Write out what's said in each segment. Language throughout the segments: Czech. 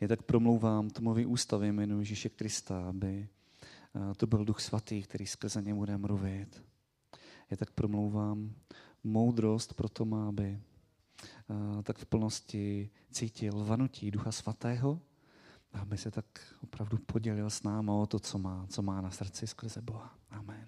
Je tak promlouvám tomovi ústa ve jménu Ježíše Krista, aby to byl Duch Svatý, který skrze ně bude mluvit. Je tak promlouvám moudrost pro Toma, aby tak v plnosti cítil vanutí Ducha Svatého, aby se tak opravdu podělil s náma o to, co má na srdci skrze Boha. Amen.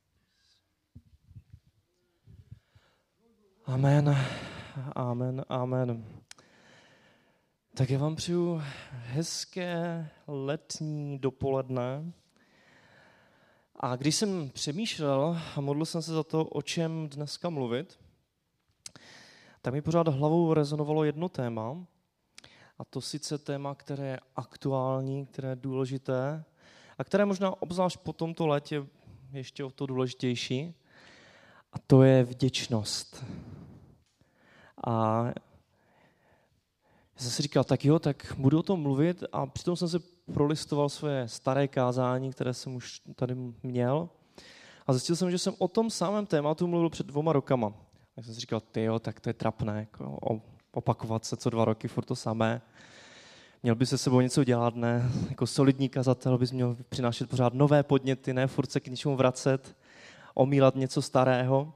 Amen, amen, amen. Tak já vám přeju hezké letní dopoledne. A když jsem přemýšlel a modlil jsem se za to, o čem dneska mluvit, tak mi pořád hlavou rezonovalo jedno téma, a to sice téma, které je aktuální, které je důležité a které možná obzvlášť po tomto létě ještě o to důležitější, a to je vděčnost. A já jsem si říkal, tak jo, tak budu o tom mluvit, a přitom jsem se prolistoval své staré kázání, které jsem už tady měl, a zjistil jsem, že jsem o tom samém tématu mluvil před 2 rokama. Tak jsem si říkal, tyjo, tak to je trapné, jako opakovat se co 2 roky, furt to samé. Měl by se sebou něco dělat, ne? Jako solidní kazatel bys měl přinášet pořád nové podněty, ne furt se k něčemu vracet, omílat něco starého.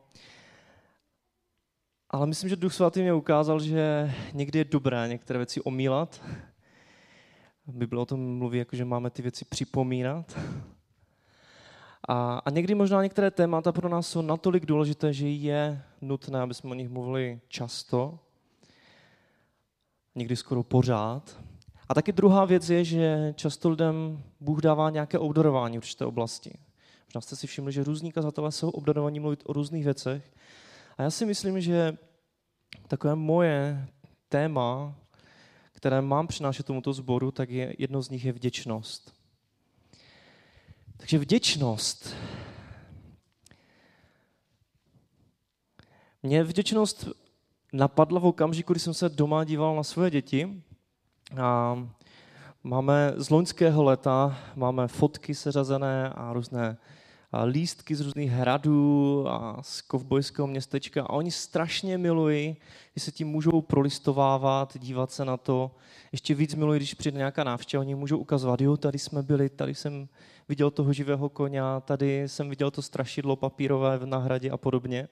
Ale myslím, že Duch Svatý mě ukázal, že někdy je dobré některé věci omílat. Bible o tom mluví, jako že máme ty věci připomínat. A někdy možná některé témata pro nás jsou natolik důležité, že je nutné, aby jsme o nich mluvili často, někdy skoro pořád. A taky druhá věc je, že často lidem Bůh dává nějaké obdarování v určité oblasti. Možná jste si všimli, že různí kazatelé jsou obdarovaní mluvit o různých věcech. A já si myslím, že takové moje téma, které mám přinášet tomuto sboru, tak jedno z nich je vděčnost. Takže vděčnost. Mě vděčnost napadla v okamžiku, kdy jsem se doma díval na svoje děti. A máme z loňského léta, máme fotky seřazené a různé lístky z různých hradů a z kovbojského městečka, a oni strašně milují, když se tím můžou prolistovávat, dívat se na to. Ještě víc milují, když přijde nějaká návštěva, oni můžou ukazovat, jo, tady jsme byli, tady jsem viděl toho živého koně, tady jsem viděl to strašidlo papírové na hradě a podobně.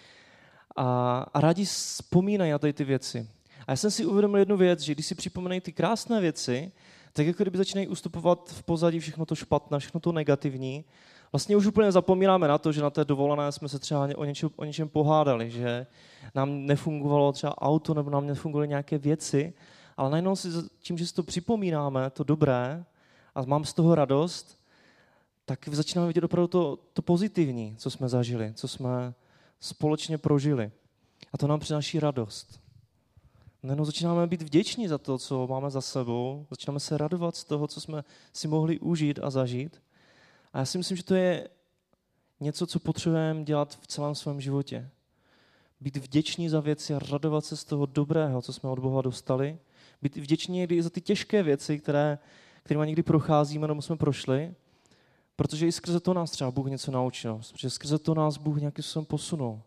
A rádi vzpomínají na tady ty věci. A já jsem si uvědomil jednu věc, že když si připomínají ty krásné věci, tak jako kdyby začínají ustupovat v pozadí všechno to špatné, všechno to negativní. Vlastně už úplně zapomínáme na to, že na té dovolené jsme se třeba o něčem pohádali, že nám nefungovalo třeba auto nebo nám nefungovaly nějaké věci, ale najednou si tím, že si to připomínáme, to dobré, a mám z toho radost, tak začínáme vidět opravdu to pozitivní, co jsme zažili, co jsme společně prožili. A to nám přináší radost. Najednou začínáme být vděční za to, co máme za sebou, začínáme se radovat z toho, co jsme si mohli užít a zažít. A já si myslím, že to je něco, co potřebujeme dělat v celém svém životě. Být vděční za věci a radovat se z toho dobrého, co jsme od Boha dostali. Být vděční někdy i za ty těžké věci, kterými někdy procházíme nebo jsme prošli, protože i skrze to nás třeba Bůh něco naučil, protože skrze to nás Bůh nějakým způsobem posunul.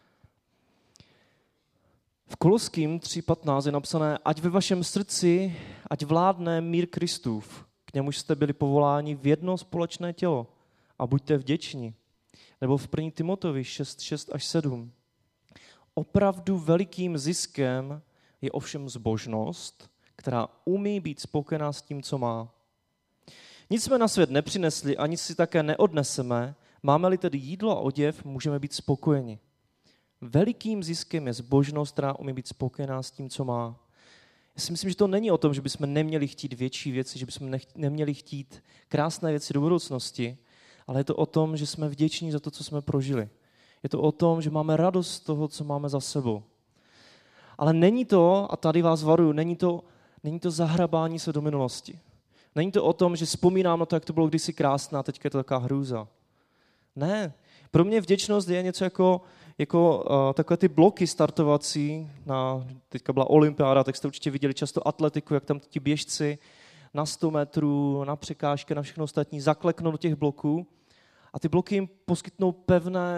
V Koloským 3.15 je napsané, ať ve vašem srdci, ať vládne mír Kristův, k němuž jste byli povoláni v jedno společné tělo, a buďte vděční. Nebo v 1. Timoteovi 6:6-7. Opravdu velikým ziskem je ovšem zbožnost, která umí být spokojená s tím, co má. Nic jsme na svět nepřinesli a nic si také neodneseme, máme-li tedy jídlo a oděv, můžeme být spokojeni. Velikým ziskem je zbožnost, která umí být spokojená s tím, co má. Já si myslím, že to není o tom, že bychom neměli chtít větší věci, že bychom neměli chtít krásné věci do budoucnosti, ale je to o tom, že jsme vděční za to, co jsme prožili. Je to o tom, že máme radost z toho, co máme za sebou. Ale není to, a tady vás varuju, není to zahrabání se do minulosti. Není to o tom, že vzpomínám na to, jak to bylo kdysi krásné a teďka je to taková hrůza. Ne. Pro mě vděčnost je něco jako takové ty bloky startovací, teďka byla olympiáda, tak jste určitě viděli často atletiku, jak tam ti běžci na 100 metrů, na překážky, na všechno ostatní zakleknou do těch bloků a ty bloky jim poskytnou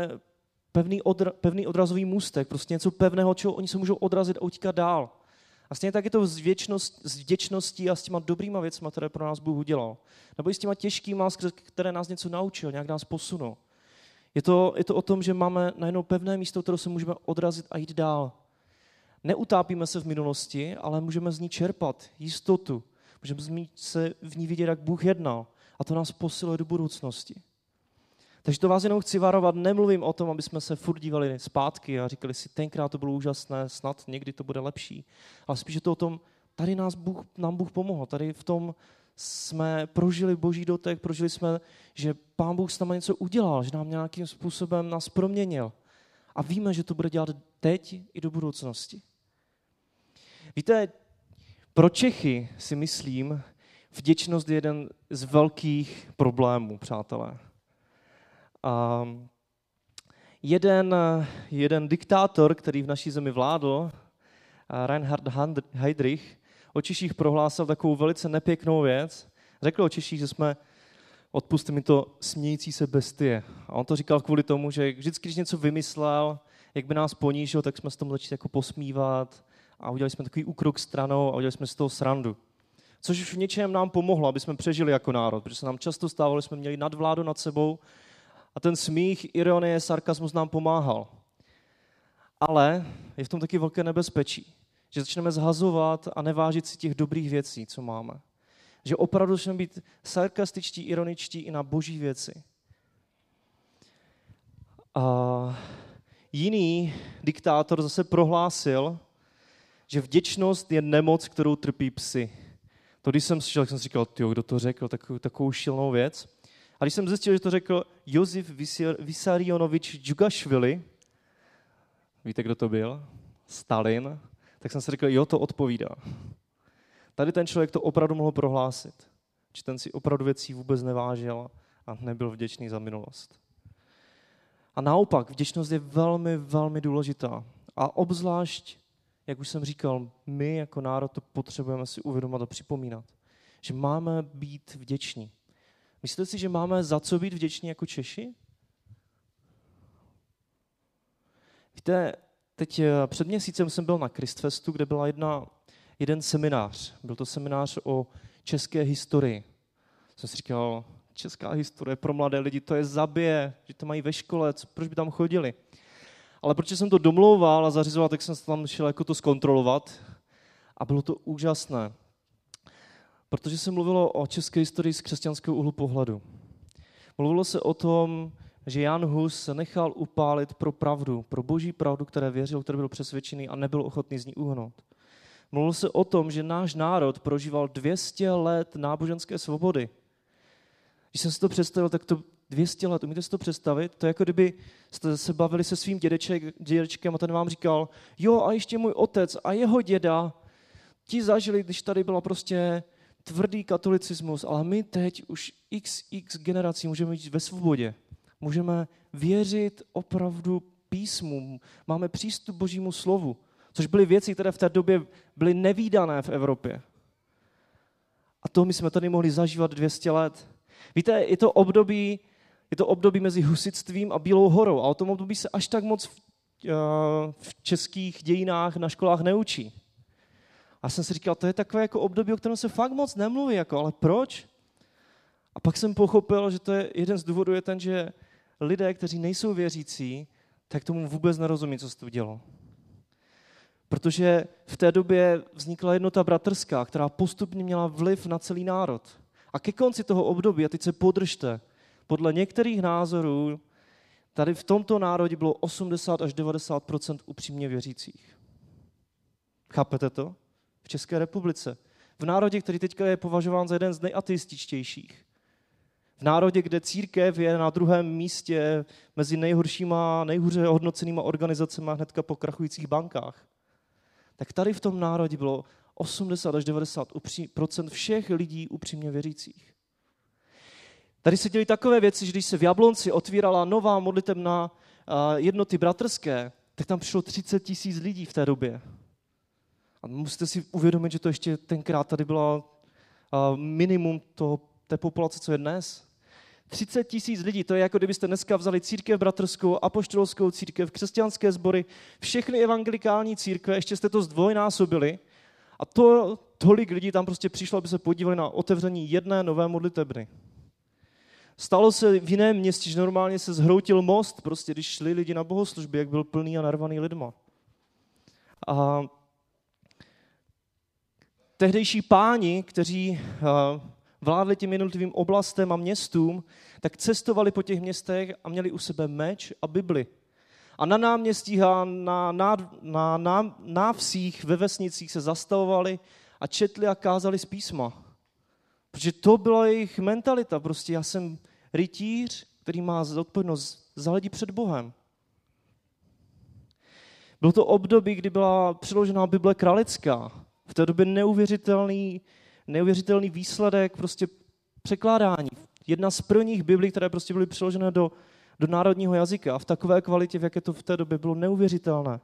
pevný odrazový můstek, prostě něco pevného, čeho oni se můžou odrazit a utíkat dál. A stejně tak je to s vděčností a s těma dobrýma věcma, které pro nás Bůh udělal. Nebo i s těma těžkýma, které nás něco naučil, nějak nás posunul. Je to o tom, že máme najednou pevné místo, které se můžeme odrazit a jít dál. Neutápíme se v minulosti, ale můžeme z ní čerpat jistotu. Můžeme se v ní vidět, jak Bůh jednal. A to nás posiluje do budoucnosti. Takže to vás jenom chci varovat, nemluvím o tom, aby jsme se furt dívali zpátky a říkali si, tenkrát to bylo úžasné, snad někdy to bude lepší. Ale spíš je to o tom, tady nám Bůh pomohl, tady v tom jsme prožili Boží dotek, prožili jsme, že Pán Bůh s námi něco udělal, že nám nějakým způsobem nás proměnil. A víme, že to bude dělat teď i do budoucnosti. Víte, pro Čechy si myslím, vděčnost je jeden z velkých problémů, přátelé. Jeden diktátor, který v naší zemi vládl, Reinhard Heydrich, o Češích prohlásil takovou velice nepěknou věc. Řekl o Češích, že jsme, odpusťte mi to, smějící se bestie. A on to říkal kvůli tomu, že vždycky, když něco vymyslel, jak by nás ponížil, tak jsme se tomu začali jako posmívat a udělali jsme takový úkrok stranou a udělali jsme z toho srandu. Což už v něčem nám pomohlo, aby jsme přežili jako národ, protože se nám často stávalo, že jsme měli nadvládu nad sebou a ten smích, ironie, sarkasmus nám pomáhal. Ale je v tom taky velké nebezpečí, že začneme zhazovat a nevážit si těch dobrých věcí, co máme. Že opravdu začneme být sarkastičtí, ironičtí i na boží věci. A jiný diktátor zase prohlásil, že vděčnost je nemoc, kterou trpí psy. To když jsem slyšel, tak jsem si říkal, kdo to řekl, takovou šilnou věc. A když jsem zjistil, že to řekl Josif Vissarionovič Džugašvili, víte, kdo to byl? Stalin. Tak jsem si řekl, jo, to odpovídá. Tady ten člověk to opravdu mohl prohlásit. Že ten si opravdu věcí vůbec nevážil a nebyl vděčný za minulost. A naopak, vděčnost je velmi, velmi důležitá. A obzvlášť, jak už jsem říkal, my jako národ to potřebujeme si uvědomit a připomínat. Že máme být vděční. Myslíte si, že máme za co být vděční jako Češi? Víte, teď před měsícem jsem byl na Kristfestu, kde byla jeden seminář. Byl to seminář o české historii. Jsem si říkal, česká historie pro mladé lidi, to je zabije, že to mají ve škole, proč by tam chodili? Ale protože jsem to domlouval a zařizoval, tak jsem tam šel jako to zkontrolovat a bylo to úžasné. Protože se mluvilo o české historii z křesťanského úhlu pohledu. Mluvilo se o tom, že Jan Hus se nechal upálit pro pravdu, pro boží pravdu, které věřil, který byl přesvědčený a nebyl ochotný z ní uhnout. Mluvilo se o tom, že náš národ prožíval 200 let náboženské svobody. Když jsem si to představil, tak to 200 let, umíte si to představit? To je jako kdyby jste se bavili se svým dědečkem a ten vám říkal, jo a ještě můj otec a jeho děda, ti zažili, když tady byla prostě tvrdý katolicismus, ale my teď už x generací můžeme jít ve svobodě. Můžeme věřit opravdu písmu, máme přístup božímu slovu, což byly věci, které v té době byly nevídané v Evropě. A to my jsme tady mohli zažívat 200 let. Víte, je to období mezi husitstvím a Bílou horou a o tom období se až tak moc v českých dějinách na školách neučí. A jsem si říkal, to je takové jako období, o kterém se fakt moc nemluví, ale proč? A pak jsem pochopil, že to je jeden z důvodů je ten, že lidé, kteří nejsou věřící, tak tomu vůbec nerozumí, co se to dělo. Protože v té době vznikla jednota bratrská, která postupně měla vliv na celý národ. A ke konci toho období, a teď se podržte, podle některých názorů, tady v tomto národě bylo 80 až 90% upřímně věřících. Chápete to? V České republice. V národě, který teďka je považován za jeden z nejateističtějších. V národě, kde církev je na druhém místě mezi nejhůře hodnocenýma organizacemi hnedka po krachujících bankách. Tak tady v tom národě bylo 80 až 90% všech lidí upřímně věřících. Tady se děly takové věci, že když se v Jablonci otvírala nová modlitebna jednoty bratrské, tak tam přišlo 30 000 lidí v té době. A musíte si uvědomit, že to ještě tenkrát tady bylo minimum té populace, co je dnes. 30 000 lidí, to je jako kdybyste dneska vzali církev bratrskou, apoštolskou církev, křesťanské sbory, všechny evangelikální církve, ještě jste to zdvojnásobili A tolik lidí tam prostě přišlo, aby se podívali na otevření jedné nové modlitebny. Stalo se v jiném městě, že normálně se zhroutil most, prostě když šli lidi na bohoslužby, jak byl plný a narvaný lidma. A tehdejší páni, kteří vládli těm jednotlivým oblastem a městům, tak cestovali po těch městech a měli u sebe meč a Bibli. A na náměstích a na návsích ve vesnicích se zastavovali a četli a kázali z písma. Protože to byla jejich mentalita. Prostě já jsem rytíř, který má zodpovědnost za lidi před Bohem. Bylo to období, kdy byla přeložená Bible kralická. V té době neuvěřitelný výsledek prostě překládání. Jedna z prvních Biblí, které prostě byly přeložené do národního jazyka a v takové kvalitě, v jaké to v té době bylo neuvěřitelné.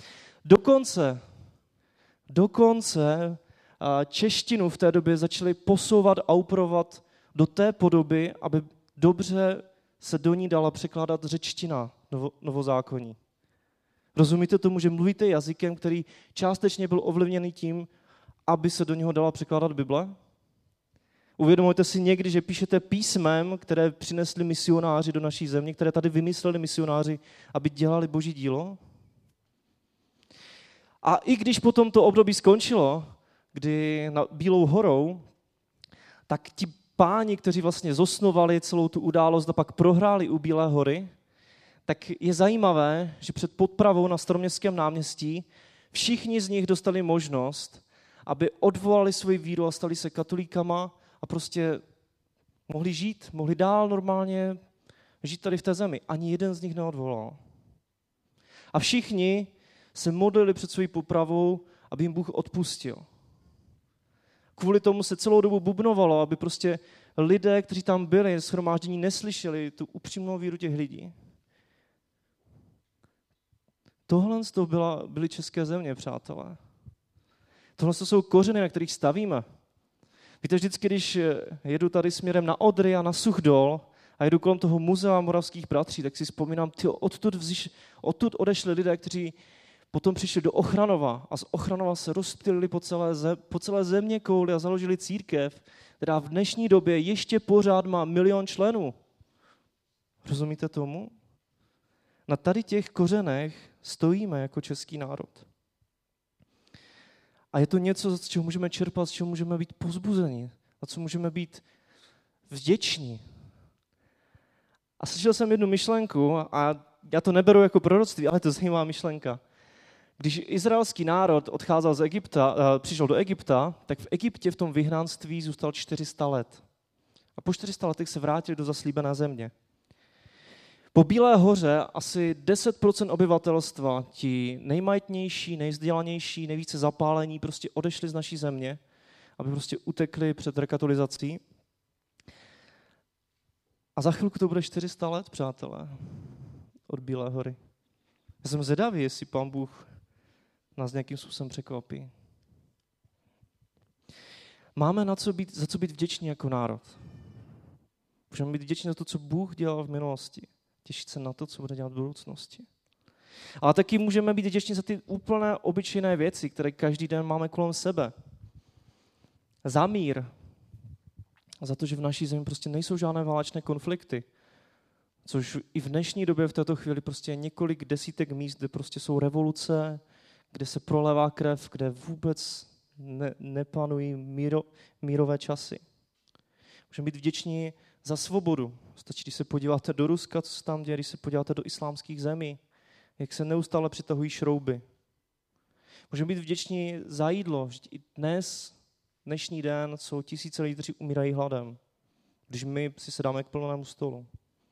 Dokonce češtinu v té době začali posouvat a upravovat do té podoby, aby dobře se do ní dala překládat řečtina novozákonní. Rozumíte tomu, že mluvíte jazykem, který částečně byl ovlivněný tím, aby se do něho dala překládat Bible? Uvědomujete si někdy, že píšete písmem, které přinesli misionáři do naší země, které tady vymysleli misionáři, aby dělali Boží dílo? A i když potom to období skončilo, kdy nad Bílou horou, tak ti páni, kteří vlastně zosnovali celou tu událost a pak prohráli u Bílé hory, tak je zajímavé, že před podpravou na Staroměstském náměstí všichni z nich dostali možnost, aby odvolali svoji víru a stali se katolíkama a prostě mohli dál normálně žít tady v té zemi. Ani jeden z nich neodvolal. A všichni se modlili před svou popravou, aby jim Bůh odpustil. Kvůli tomu se celou dobu bubnovalo, aby prostě lidé, kteří tam byli, shromáždění, neslyšeli tu upřímnou víru těch lidí. Tohle byly české země, přátelé. Tohle jsou kořeny, na kterých stavíme. Víte, vždycky, když jedu tady směrem na Odry a na Suchdol a jedu kolem toho muzea moravských bratří, tak si vzpomínám, odtud odešli lidé, kteří potom přišli do Ochranova a z Ochranova se rozptylili po celé země kouli a založili církev, která v dnešní době ještě pořád má 1 milion členů. Rozumíte tomu? Na tady těch kořenech stojíme jako český národ. A je to něco, z čeho můžeme čerpat, z čeho můžeme být povzbuzeni, a co můžeme být vděční. A slyšel jsem jednu myšlenku, a já to neberu jako proroctví, ale to je zajímavá myšlenka. Když izraelský národ odcházel z Egypta, přišel do Egypta, tak v Egyptě v tom vyhnanství zůstal 400 let. A po 400 letech se vrátili do zaslíbené země. Po Bílé hoře asi 10% obyvatelstva, ti nejmajetnější, nejvzdělanější, nejvíce zapálení, prostě odešli z naší země, aby prostě utekli před rekatolizací. A za chvilku to bude 400 let, přátelé, od Bílé hory. Já jsem zvědavý, jestli Pán Bůh nás nějakým způsobem překvapí. Máme za co být vděční jako národ. Můžeme být vděční za to, co Bůh dělal v minulosti. Těšit se na to, co bude dělat v budoucnosti. Ale taky můžeme být vděční za ty úplné obyčejné věci, které každý den máme kolem sebe. Za mír. Za to, že v naší zemi prostě nejsou žádné válečné konflikty. Což i v dnešní době v této chvíli prostě je několik desítek míst, kde prostě jsou revoluce, kde se prolévá krev, kde vůbec nepanují mírové časy. Můžeme být vděční za svobodu. Stačí, když se podíváte do Ruska, co se tam děje, když se podíváte do islámských zemí, jak se neustále přitahují šrouby. Můžeme být vděční za jídlo, že i dnešní den jsou tisíce lidí, kteří umírají hladem, když my si sedáme k plnému stolu.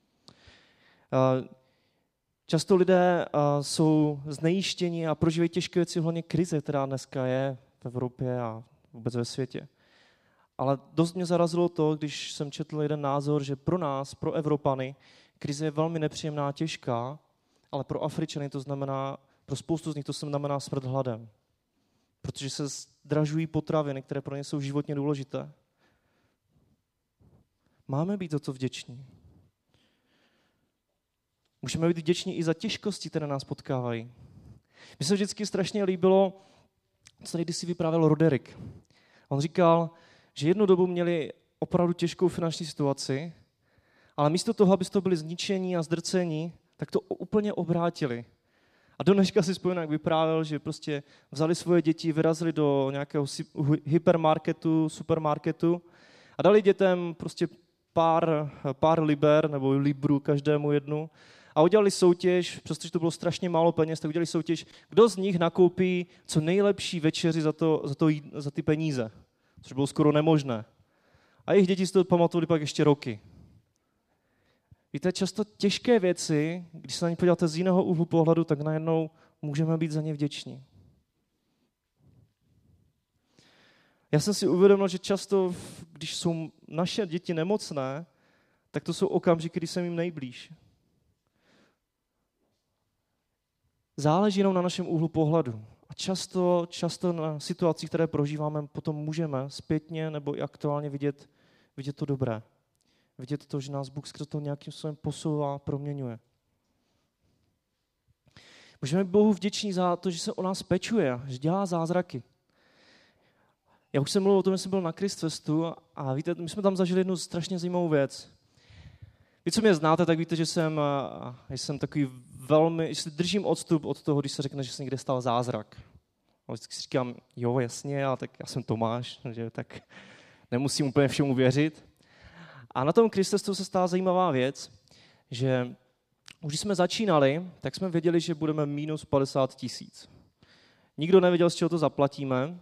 Často lidé jsou znejištěni a prožívají těžké věci, hlavně krize, která dneska je v Evropě a vůbec ve světě. Ale dost mě zarazilo to, když jsem četl jeden názor, že pro nás, pro Evropany, krize je velmi nepříjemná, těžká, ale pro Afričany to znamená, pro spoustu z nich to znamená smrt hladem. Protože se zdražují potraviny, které pro ně jsou životně důležité. Máme být za to vděční. Můžeme být vděční i za těžkosti, které nás potkávají. Mně se vždycky strašně líbilo co tady kdysi vyprávěl Roderick. On říkal, že jednu dobu měli opravdu těžkou finanční situaci, ale místo toho, aby to byli zničení a zdrcení, tak to úplně obrátili. A do dneška si vzpomínám, jak vyprávěl, že prostě vzali svoje děti, vyrazili do nějakého hypermarketu, supermarketu a dali dětem prostě pár liber nebo libru každému jednu a udělali soutěž, přestože to bylo strašně málo peněz, tak udělali soutěž, kdo z nich nakoupí co nejlepší večeři za ty peníze, což bylo skoro nemožné. A jejich děti si to pamatovali pak ještě roky. Víte, často těžké věci, když se na ně podíváte z jiného úhlu pohledu, tak najednou můžeme být za ně vděční. Já jsem si uvědomil, že často, když jsou naše děti nemocné, tak to jsou okamžiky, kdy jsem jim nejblíž. Záleží jenom na našem úhlu pohledu. A často na situacích, které prožíváme, potom můžeme zpětně nebo i aktuálně vidět to dobré. Vidět to, že nás Bůh skrze to nějakým způsobem posouvá, proměňuje. Můžeme být Bohu vděční za to, že se o nás pečuje, že dělá zázraky. Já už jsem mluvil o tom, že jsem byl na Christfestu a víte, my jsme tam zažili jednu strašně zajímavou věc. Vy, co mě znáte, tak víte, že jsem takový velmi, že držím odstup od toho, když se řekne, že se někde stal zázrak. A vždycky si říkám, jo, jasně, ale tak já jsem Tomáš, že tak nemusím úplně všemu věřit. A na tom Christfestu se stala zajímavá věc, že už když jsme začínali, tak jsme věděli, že budeme minus 50 000. Nikdo nevěděl, z čeho to zaplatíme.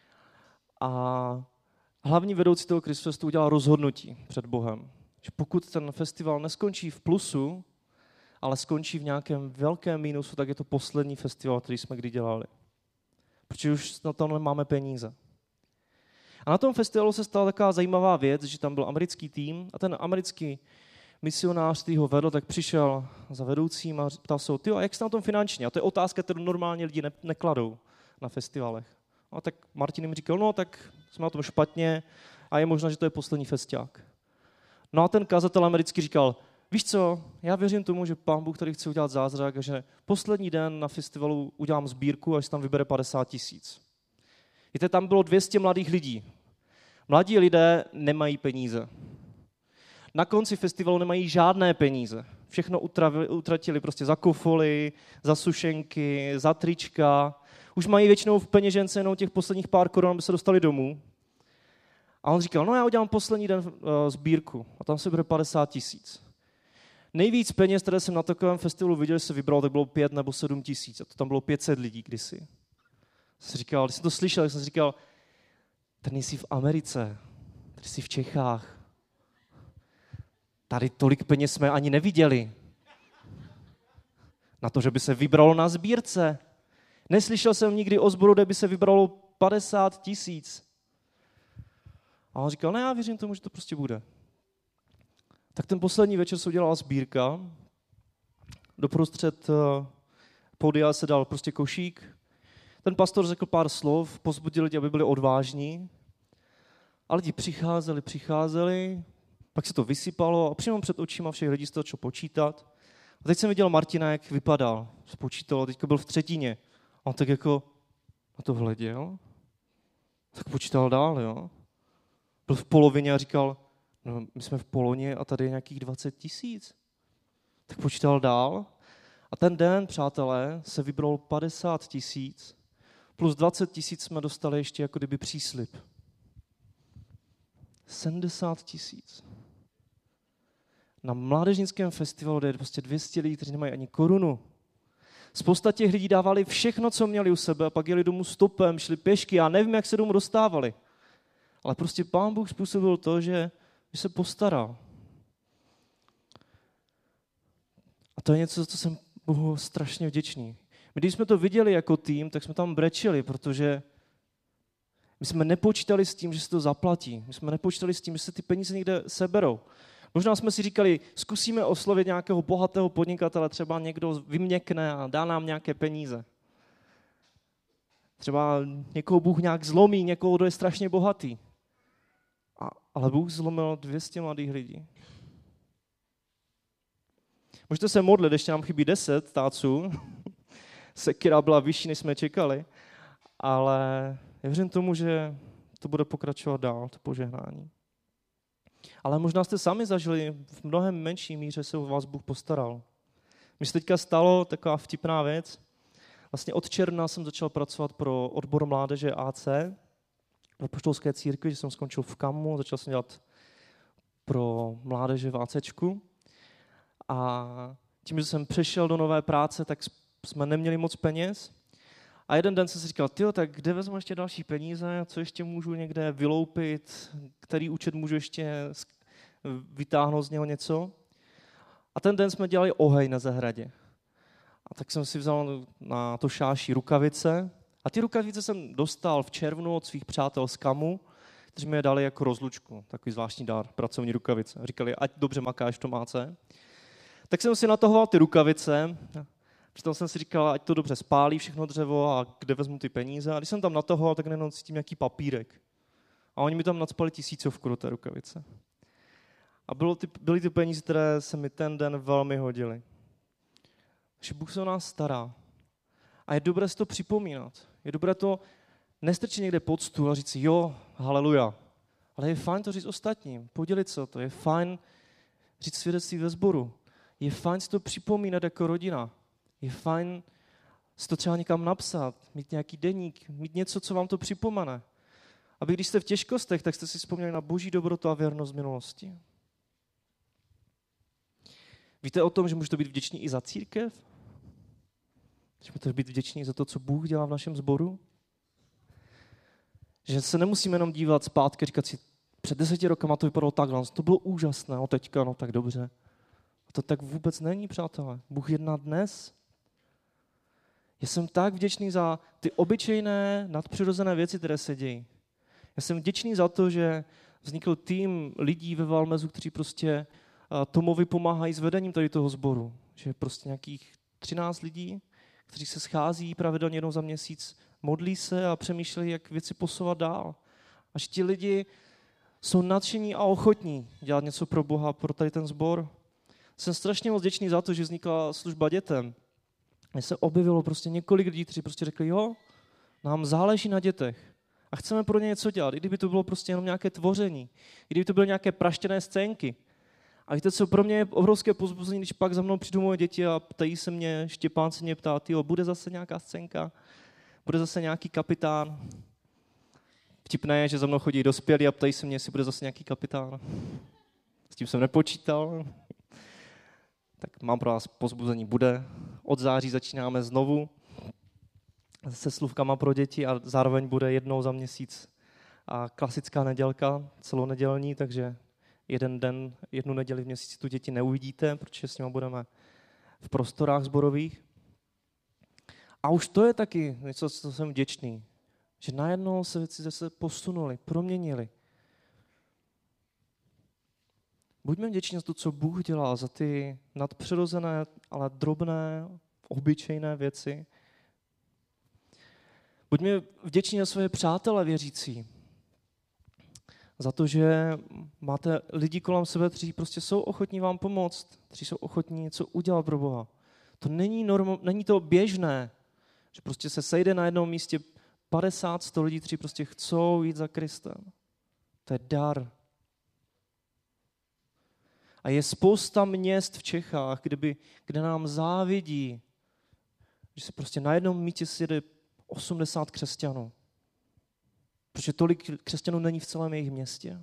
A hlavní vedoucí toho Christfestu udělal rozhodnutí před Bohem, že pokud ten festival neskončí v plusu, ale skončí v nějakém velkém mínusu, tak je to poslední festival, který jsme kdy dělali. Protože už na to nemáme peníze. A na tom festivalu se stala taková zajímavá věc, že tam byl americký tým a ten americký misionář, který ho vedl, tak přišel za vedoucím a ptal se ho, a jak jste na tom finančně? A to je otázka, kterou normálně lidi nekladou na festivalech. A tak Martin jim říkal, no tak jsme na tom špatně a je možné, že to je poslední festiák. No a ten kazatel americký říkal, víš co, já věřím tomu, že Pán Bůh tady chce udělat zázrak a že poslední den na festivalu udělám sbírku, až tam vybere 50 000. Víte, tam bylo 200 mladých lidí. Mladí lidé nemají peníze. Na konci festivalu nemají žádné peníze. Všechno utratili prostě za kofoly, za sušenky, za trička. Už mají většinou v peněžence jenom těch posledních pár korun, aby se dostali domů. A on říkal, no já udělám poslední den sbírku a tam se bude 50 000. Nejvíc peněz, které jsem na takovém festivalu viděl, že se vybralo, tak bylo 5 nebo 7 000. A to tam bylo 500 lidí kdysi. Když jsem to slyšel, tak jsem si říkal, tady nejsi v Americe, tady jsi v Čechách. Tady tolik peněz jsme ani neviděli. Na to, že by se vybralo na sbírce. Neslyšel jsem nikdy o sboru, kde by se vybralo 50 000. A on říkal, ne, já věřím tomu, že to prostě bude. Tak ten poslední večer se udělala sbírka. Doprostřed pódia se dal prostě košík. Ten pastor řekl pár slov, povzbudil lidi, aby byli odvážní. A lidi přicházeli, pak se to vysypalo a přímo před očima všech lidí se to začalo počítat. A teď jsem viděl Martina, jak vypadal. Spočítalo, teďka byl v třetině. A on tak jako na to hleděl, tak počítal dál, jo. Byl v polovině a říkal, no my jsme v polovině a tady je nějakých 20 000. Tak počítal dál a ten den, přátelé, se vybralo 50 000 plus 20 000 jsme dostali ještě jako kdyby příslib. 70 000. Na mládežnickém festivalu je prostě 200 lidí, kteří nemají ani korunu. Spousta těch lidí dávali všechno, co měli u sebe a pak jeli domů stopem, šli pěšky, já nevím, jak se domů dostávali. Ale prostě Pán Bůh způsobil to, že se postaral. A to je něco, za co jsem Bohu strašně vděčný. My, když jsme to viděli jako tým, tak jsme tam brečeli, protože my jsme nepočítali s tím, že se to zaplatí. My jsme nepočítali s tím, že se ty peníze někde seberou. Možná jsme si říkali, zkusíme oslovit nějakého bohatého podnikatele, třeba někdo vyměkne a dá nám nějaké peníze. Třeba někoho Bůh nějak zlomí, někoho, kdo je strašně bohatý. Ale Bůh zlomil 200 mladých lidí. Můžete se modlit, ještě nám chybí 10 táců, sekira byla vyšší, než jsme čekali. ale já věřím tomu, že to bude pokračovat dál, to požehnání. Ale možná jste sami zažili, v mnohem menší míře se o vás Bůh postaral. Mně se teďka stalo taková vtipná věc. Vlastně od června jsem začal pracovat pro odbor mládeže AC v apoštolské církvi, že jsem skončil v KAMu, začal jsem dělat pro mládeže v ACčku. A tím, že jsem přešel do nové práce, tak jsme neměli moc peněz. A jeden den jsem si říkal, tak kde vezmu ještě další peníze, co ještě můžu někde vyloupit, který účet můžu ještě vytáhnout z něho něco. A ten den jsme dělali oheň na zahradě. A tak jsem si vzal na to šáší rukavice. A ty rukavice jsem dostal v červnu od svých přátel z KAMu, kteří mi je dali jako rozlučku, takový zvláštní dár, pracovní rukavice. Říkali, ať dobře makáš v tom AC. Tak jsem si natahoval ty rukavice, přitom jsem si říkal, ať to dobře spálí všechno dřevo a kde vezmu ty peníze. A když jsem tam natahoval, tak najednou cítím nějaký papírek. A oni mi tam nacpali 1000 do té rukavice. A byly ty peníze, které se mi ten den velmi hodily. Takže Bůh se o nás stará. A je dobré si to připomínat. Je dobré to nestrčit někde pod stůl a říct si, jo, haleluja. Ale je fajn to říct ostatním, podělit se o to. Je fajn říct svědectví ve sboru. Je fajn si to připomínat jako rodina. Je fajn si to třeba někam napsat, mít nějaký deník, mít něco, co vám to připomene. Aby když jste v těžkostech, tak jste si vzpomněli na Boží dobrotu a věrnost z minulosti. Víte o tom, že můžete být vděční i za církev? Že můžete být vděční za to, co Bůh dělá v našem sboru? Že se nemusíme jenom dívat zpátky, říkat si, před 10 rokama to vypadalo takhle, to bylo úžasné, a teďka, no tak dobře. A to tak vůbec není, přátelé. Bůh jedná dnes. Já jsem tak vděčný za ty obyčejné, nadpřirozené věci, které se dějí. Já jsem vděčný za to, že vznikl tým lidí ve Valmezu, kteří prostě Tomovi pomáhají s vedením tady toho sboru. Že prostě nějakých 13 lidí, kteří se schází pravidelně jednou za měsíc, modlí se a přemýšlejí, jak věci posouvat dál. A že ti lidi jsou nadšení a ochotní dělat něco pro Boha, pro tady ten sbor. Jsem strašně moc vděčný za to, že vznikla služba dětem. Mně se objevilo prostě několik lidí, kteří prostě řekli, jo, nám záleží na dětech a chceme pro ně něco dělat, i kdyby to bylo prostě jenom nějaké tvoření, i kdyby to byly nějaké praštěné scénky. A víte, co pro mě je obrovské povzbuzení, když pak za mnou přijdou moje děti a ptají se mě, Štěpán se mě ptá, bude zase nějaká scénka, bude zase nějaký kapitán. Vtipné je, že za mnou chodí dospělí a ptají se mě, jestli bude zase nějaký kapitán. S tím jsem nepočítal. Tak mám pro vás povzbuzení, bude. Od září začínáme znovu se slůvkama pro děti a zároveň bude jednou za měsíc a klasická nedělka, celonedělní, takže jednu neděli v měsíci tu děti neuvidíte, protože s nimi budeme v prostorách sborových. A už to je taky něco, co jsem vděčný, že najednou se věci zase posunuly, proměnily. Buďme vděční za to, co Bůh dělá, za ty nadpřirozené, ale drobné, obyčejné věci. Buďme vděční za své přátele věřící, za to, že máte lidi kolem sebe, kteří prostě jsou ochotní vám pomoct, kteří jsou ochotní něco udělat pro Boha. To není to běžné, že prostě se sejde na jednom místě 50-100 lidí, kteří prostě chcou jít za Kristem. To je dar. A je spousta měst v Čechách, kde nám závidí, že se prostě na jednom místě sjede 80 křesťanů. Protože tolik křesťanů není v celém jejich městě.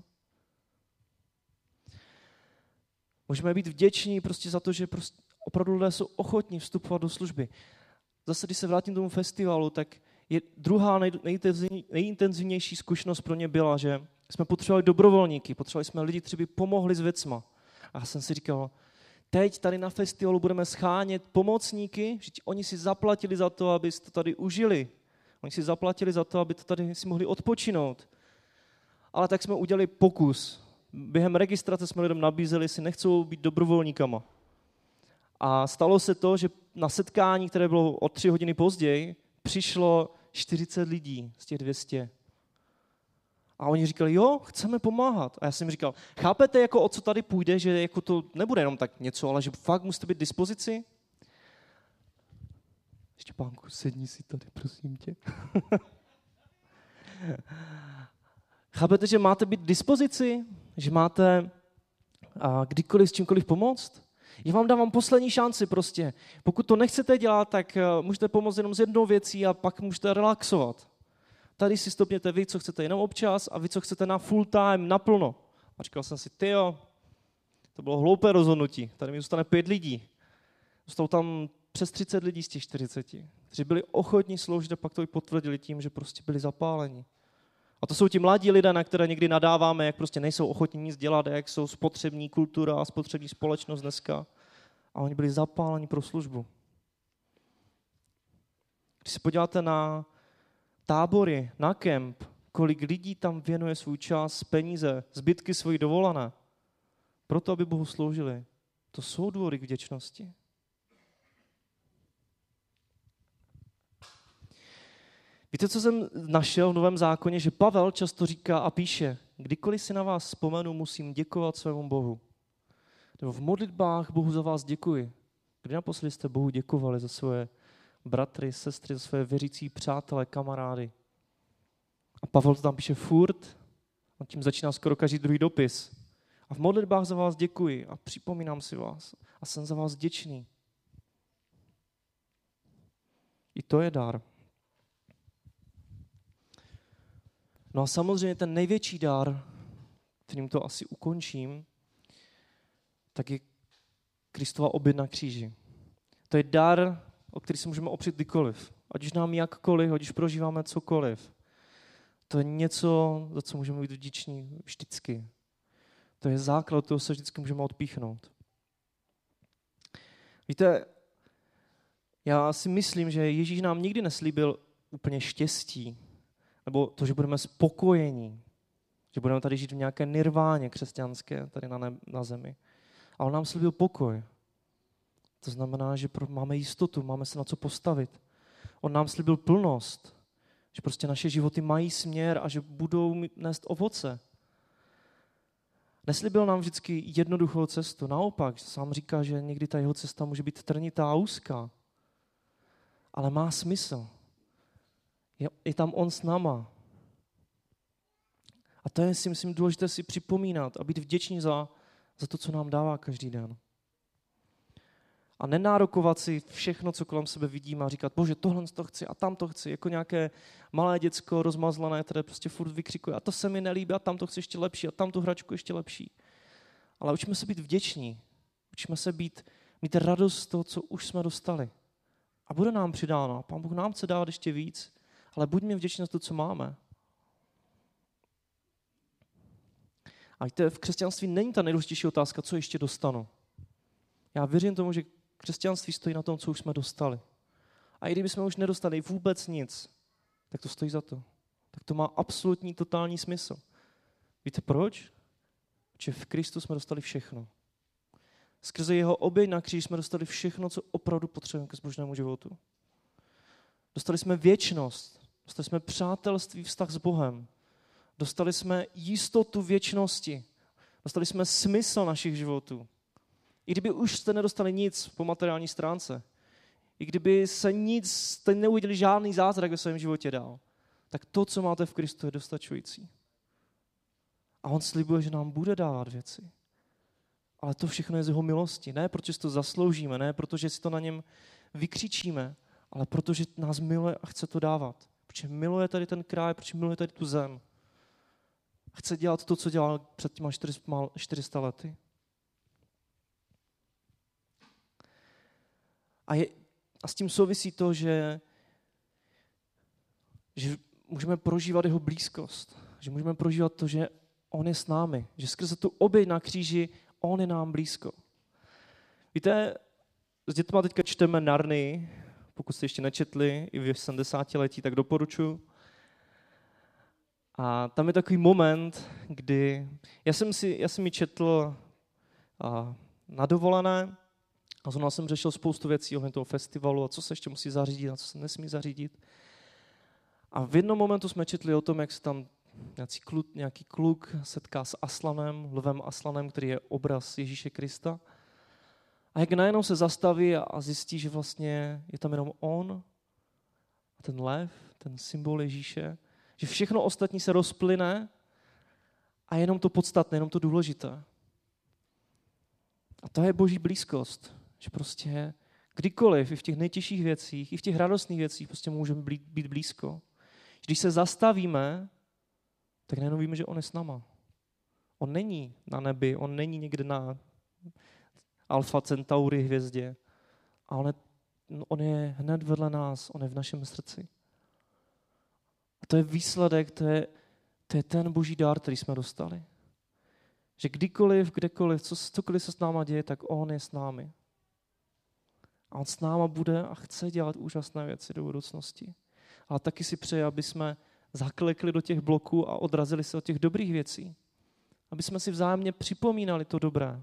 Můžeme být vděční prostě za to, že prostě opravdu lidé jsou ochotní vstupovat do služby. Zase, když se vrátím k tomu festivalu, tak je druhá nejintenzivnější zkušenost pro ně byla, že jsme potřebovali dobrovolníky, potřebovali jsme lidi, kteří by pomohli s věcma. A já jsem si říkal, teď tady na festivalu budeme schánět pomocníky, že oni si zaplatili za to, aby to tady užili. Oni si zaplatili za to, aby to tady si mohli odpočinout. Ale tak jsme udělali pokus. Během registrace jsme lidem nabízeli, jestli nechcou být dobrovolníkama. A stalo se to, že na setkání, které bylo o 3 hodiny později, přišlo 40 lidí z těch 200. A oni říkali, jo, chceme pomáhat. A já jsem říkal, chápete, jako o co tady půjde, že jako to nebude jenom tak něco, ale že fakt musíte být k dispozici? Štěpánku, sedni si tady, prosím tě. Chápete, že máte být k dispozici? Že máte kdykoliv s čímkoliv pomoct? Já vám dávám poslední šanci prostě. Pokud to nechcete dělat, tak můžete pomoct jenom s jednou věcí a pak můžete relaxovat. Tady si stopněte vy, co chcete jenom občas a vy, co chcete na full time, naplno. A říkal jsem si, tyjo, to bylo hloupé rozhodnutí. Tady mi zůstane 5 lidí. Zůstalo tam přes 30 lidí z těch 40, kteří byli ochotní sloužit a pak to i potvrdili tím, že prostě byli zapáleni. A to jsou ti mladí lidé, na které někdy nadáváme, jak prostě nejsou ochotní nic dělat, jak jsou spotřební kultura a spotřební společnost dneska. A oni byli zapáleni pro službu. Když se podíváte na tábory, na kemp, kolik lidí tam věnuje svůj čas, peníze, zbytky svojí dovolené, proto, aby Bohu sloužili. To jsou důvody k vděčnosti. Víte, co jsem našel v Novém zákoně? Že Pavel často říká a píše, kdykoliv si na vás vzpomenu, musím děkovat svému Bohu. Nebo v modlitbách Bohu za vás děkuji. Kdy naposledy jste Bohu děkovali za svoje bratry, sestry, za svoje věřící přátelé, kamarády? A Pavel to tam píše furt, a tím začíná skoro každý druhý dopis. A v modlitbách za vás děkuji a připomínám si vás a jsem za vás vděčný. I to je dar. No a samozřejmě ten největší dar, kterým to asi ukončím, tak je Kristova oběť na kříži. To je dar, o který se můžeme opřít kdykoliv. Ať už nám jakkoliv, ať už prožíváme cokoliv. To je něco, za co můžeme být vděční vždycky. To je základ, toho se vždycky můžeme odpíchnout. Víte, já si myslím, že Ježíš nám nikdy neslíbil úplně štěstí, nebo to, že budeme spokojení, že budeme tady žít v nějaké nirváně křesťanské tady na zemi. A on nám slíbil pokoj. To znamená, že máme jistotu, máme se na co postavit. On nám slíbil plnost, že prostě naše životy mají směr a že budou nést ovoce. Neslíbil nám vždycky jednoduchou cestu. Naopak, sám říká, že někdy ta jeho cesta může být trnitá a úzká. Ale má smysl. Je tam on s náma. A to je, si myslím, důležité si připomínat a být vděční za to, co nám dává každý den. A nenárokovat si všechno, co kolem sebe vidíme a říkat, bože, tohle to chci a tam to chci, jako nějaké malé děcko rozmazlané, které prostě furt vykřikuje a to se mi nelíbí a tam to chci ještě lepší a tam tu hračku ještě lepší. Ale učíme se být vděční. Učíme se mít radost z toho, co už jsme dostali. A bude nám přidáno. Pán Bůh nám chce dávat ještě víc, ale buďme vděční za to, co máme. A víte, v křesťanství není ta nejdůležitější otázka, co ještě dostanu. Já věřím tomu, že křesťanství stojí na tom, co už jsme dostali. A i kdybychom už nedostali vůbec nic, tak to stojí za to. Tak to má absolutní, totální smysl. Víte proč? Protože v Kristu jsme dostali všechno. Skrze jeho oběť na kříži jsme dostali všechno, co opravdu potřebujeme ke zbožnému životu. Dostali jsme věčnost, dostali jsme přátelství, vztah s Bohem. Dostali jsme jistotu věčnosti. Dostali jsme smysl našich životů. I kdyby už jste nedostali nic po materiální stránce, i kdyby jste neudělali žádný zázrak ve svém životě dál, tak to, co máte v Kristu, je dostačující. A on slibuje, že nám bude dávat věci. Ale to všechno je z jeho milosti. Ne protože si to zasloužíme, ne protože si to na něm vykřičíme, ale protože nás miluje a chce to dávat. Protože miluje tady ten kraj, protože miluje tady tu zem. Chce dělat to, co dělal před těma 400 lety. A s tím souvisí to, že můžeme prožívat jeho blízkost. Že můžeme prožívat to, že on je s námi. Že skrze tu oběť na kříži on je nám blízko. Víte, s dětma teďka čteme Narnii, pokud jste ještě nečetli, i v 70 letí, tak doporučuji. A tam je takový moment, kdy já jsem ji četl na dovolené a zrovna jsem řešil spoustu věcí ohledně toho festivalu a co se ještě musí zařídit a co se nesmí zařídit. A v jednom momentu jsme četli o tom, jak se tam nějaký kluk setká s Aslanem, lvem Aslanem, který je obraz Ježíše Krista. A jak najednou se zastaví a zjistí, že vlastně je tam jenom on a ten lev, ten symbol Ježíše, Že všechno ostatní se rozplyne a jenom to podstatné, jenom to důležité. A to je Boží blízkost. Že prostě kdykoliv, i v těch nejtěžších věcích, i v těch radostných věcích prostě můžeme být blízko. Když se zastavíme, tak najednou víme, že on je s náma. On není na nebi, on není někde na Alfa Centauri hvězdě, ale on je hned vedle nás, on je v našem srdci. A to je výsledek, to je ten Boží dár, který jsme dostali. Že kdykoliv, kdekoliv, cokoliv se s náma děje, tak on je s námi. A on s náma bude a chce dělat úžasné věci do budoucnosti. Ale taky si přeje, aby jsme zaklekli do těch bloků a odrazili se od těch dobrých věcí. Aby jsme si vzájemně připomínali to dobré.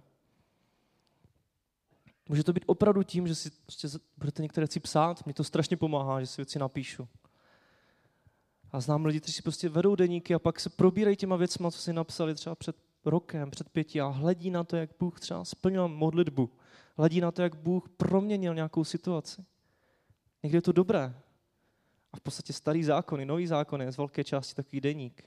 Může to být opravdu tím, že si prostě budete některé věci psát. Mně to strašně pomáhá, že si věci napíšu. A znám lidi, kteří si prostě vedou deníky a pak se probírají těma věcma, co si napsali třeba před rokem, před 5 a hledí na to, jak Bůh třeba splnil modlitbu. Hledí na to, jak Bůh proměnil nějakou situaci. Někdy je to dobré. A v podstatě starý zákon, nový zákon je z velké části takový deník.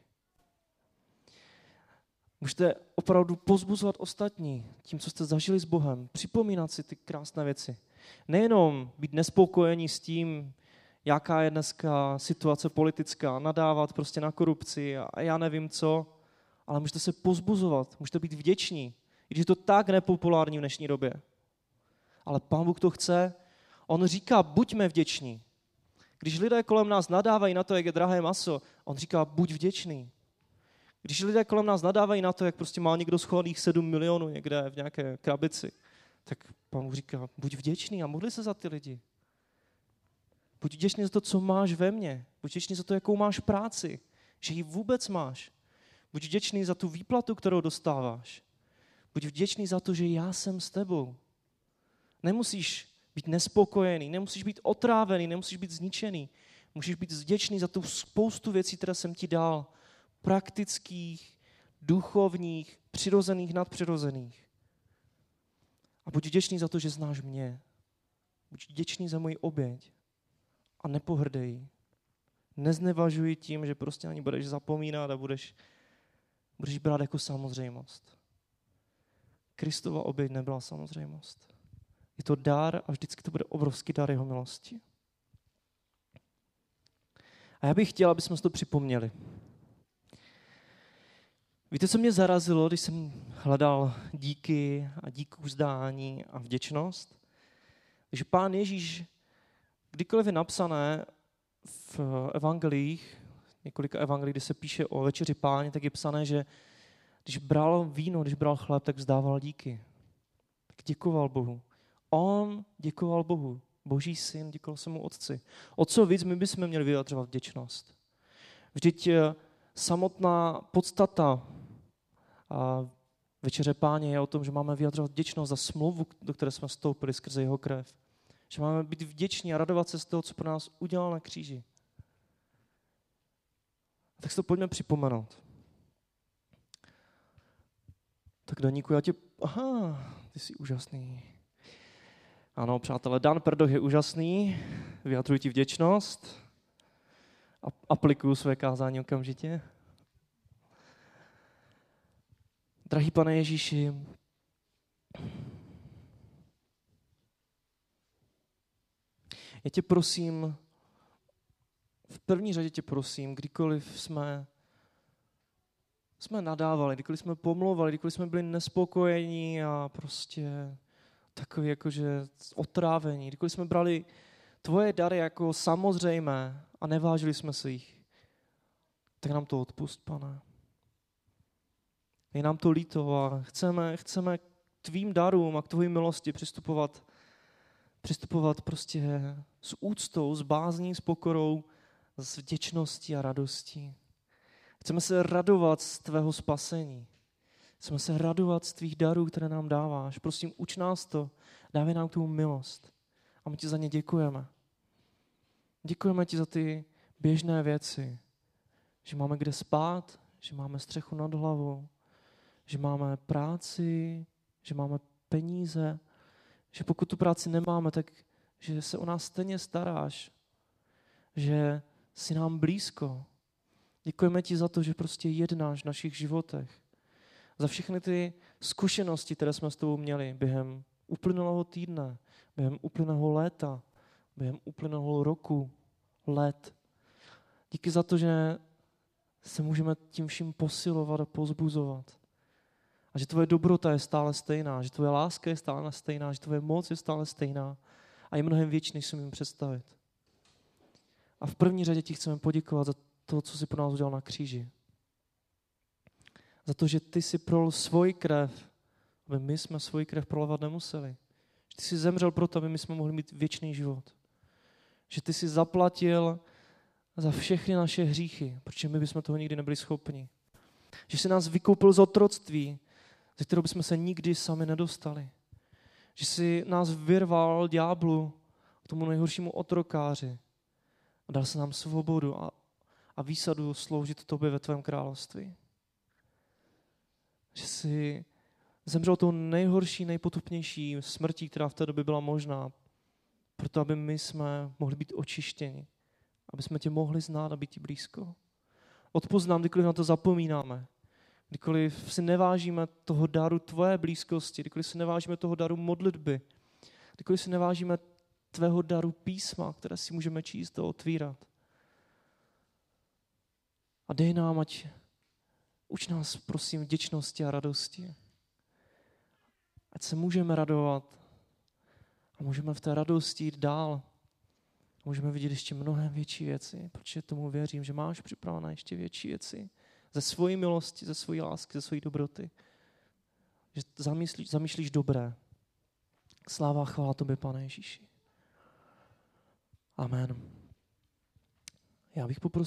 Můžete opravdu pozbuzovat ostatní tím, co jste zažili s Bohem. Připomínat si ty krásné věci. Nejenom být nespokojení s tím, jaká je dneska situace politická, nadávat prostě na korupci a já nevím co, ale můžete se pozbuzovat, můžete být vděční, i když je to tak nepopulární v dnešní době. Ale Pán Bůh to chce, on říká, buďme vděční. Když lidé kolem nás nadávají na to, jak je drahé maso, on říká, buď vděčný. Když lidé kolem nás nadávají na to, jak prostě má někdo schovaných 7 milionů někde v nějaké krabici, tak Pán Bůh říká, buď vděčný a modli se za ty lidi. Buď vděčný za to, co máš ve mně. Buď vděčný za to, jakou máš práci, že ji vůbec máš. Buď vděčný za tu výplatu, kterou dostáváš. Buď vděčný za to, že já jsem s tebou. Nemusíš být nespokojený, nemusíš být otrávený, nemusíš být zničený. Můžeš být vděčný za tu spoustu věcí, které jsem ti dal. Praktických, duchovních, přirozených, nadpřirozených. A buď vděčný za to, že znáš mě. Buď vděčný za moji oběť. A nepohrdej. Neznevažuj tím, že prostě na ní budeš zapomínat a budeš brát jako samozřejmost. Kristova oběť nebyla samozřejmost. Je to dár a vždycky to bude obrovský dar jeho milosti. A já bych chtěl, aby jsme si to připomněli. Víte, co mě zarazilo, když jsem hledal díky a díku vzdání a vděčnost? Takže Pán Ježíš, kdykoliv je napsané v evangelích, několika evangelií, kde se píše o večeři Páně, tak je psané, že když bral víno, když bral chléb, tak vzdával díky. Tak děkoval Bohu. On děkoval Bohu. Boží syn děkoval svému otci. O co víc my bychom měli vyjadřovat vděčnost. Vždyť samotná podstata a večeře Páně je o tom, že máme vyjadřovat vděčnost za smlouvu, do které jsme vstoupili skrze jeho krev. Že máme být vděční a radovat se z toho, co pro nás udělal na kříži. A tak si to pojďme připomenout. Tak Daníku, já tě... Aha, ty jsi úžasný. Ano, přátelé, Dan Perdoch je úžasný, vyjadřuji ti vděčnost a aplikuju své kázání okamžitě. Drahý Pane Ježíši, já tě prosím, v první řadě tě prosím, kdykoliv jsme nadávali, kdykoliv jsme pomlouvali, kdykoliv jsme byli nespokojení a prostě takový jakože otrávení, kdykoliv jsme brali tvoje dary jako samozřejmé a nevážili jsme si jich, tak nám to odpusť, Pane. Je nám to líto a chceme k tvým darům a k tvojí milosti přistupovat prostě s úctou, s bázní, s pokorou, s vděčností a radostí. Chceme se radovat z tvého spasení. Chceme se radovat z tvých darů, které nám dáváš. Prosím, uč nás to. Dávej nám k tomu milost. A my ti za ně děkujeme. Děkujeme ti za ty běžné věci. Že máme kde spát, že máme střechu nad hlavou, že máme práci, že máme peníze, že pokud tu práci nemáme, tak že se o nás stejně staráš, že jsi nám blízko, Děkujeme ti za to, že prostě jednáš v našich životech. Za všechny ty zkušenosti, které jsme s tebou měli během uplynulého týdne, během uplynulého léta, během uplynulého roku, let. Díky za to, že se můžeme tím vším posilovat a pozbuzovat. A že tvoje dobrota je stále stejná, že tvoje láska je stále stejná, že tvoje moc je stále stejná a je mnohem větší, než si umím představit. A v první řadě ti chceme poděkovat za to, co jsi pro nás udělal na kříži. Za to, že ty jsi prolil svoji krev, aby my jsme svoji krev prolevat nemuseli. Že ty jsi zemřel proto, aby my jsme mohli mít věčný život. Že ty jsi zaplatil za všechny naše hříchy, protože my bychom toho nikdy nebyli schopni. Že jsi nás vykoupil z otroctví, ze kterého bychom se nikdy sami nedostali. Že jsi nás vyrval ďáblu, k tomu nejhoršímu otrokáři a dal se nám svobodu a výsadu sloužit tobě ve tvém království. Že jsi zemřel tou nejhorší, nejpotupnější smrtí, která v té době byla možná, proto aby my jsme mohli být očištěni, aby jsme tě mohli znát a být ti blízko. Odpoznám, kdykoliv na to zapomínáme, kdykoliv si nevážíme toho daru tvoje blízkosti, kdykoliv si nevážíme toho daru modlitby, kdykoliv si nevážíme tvého daru písma, které si můžeme číst a otvírat. A dej nám, uč nás, prosím, vděčnosti a radosti. Ať se můžeme radovat a můžeme v té radosti jít dál. Můžeme vidět ještě mnohem větší věci, protože tomu věřím, že máš připravené ještě větší věci. Ze svojí milosti, ze svojí lásky, ze svojí dobroty. Že zamýšlíš dobré. Sláva a chvála tobě, Pane Ježíši. Amen. Já bych poprosil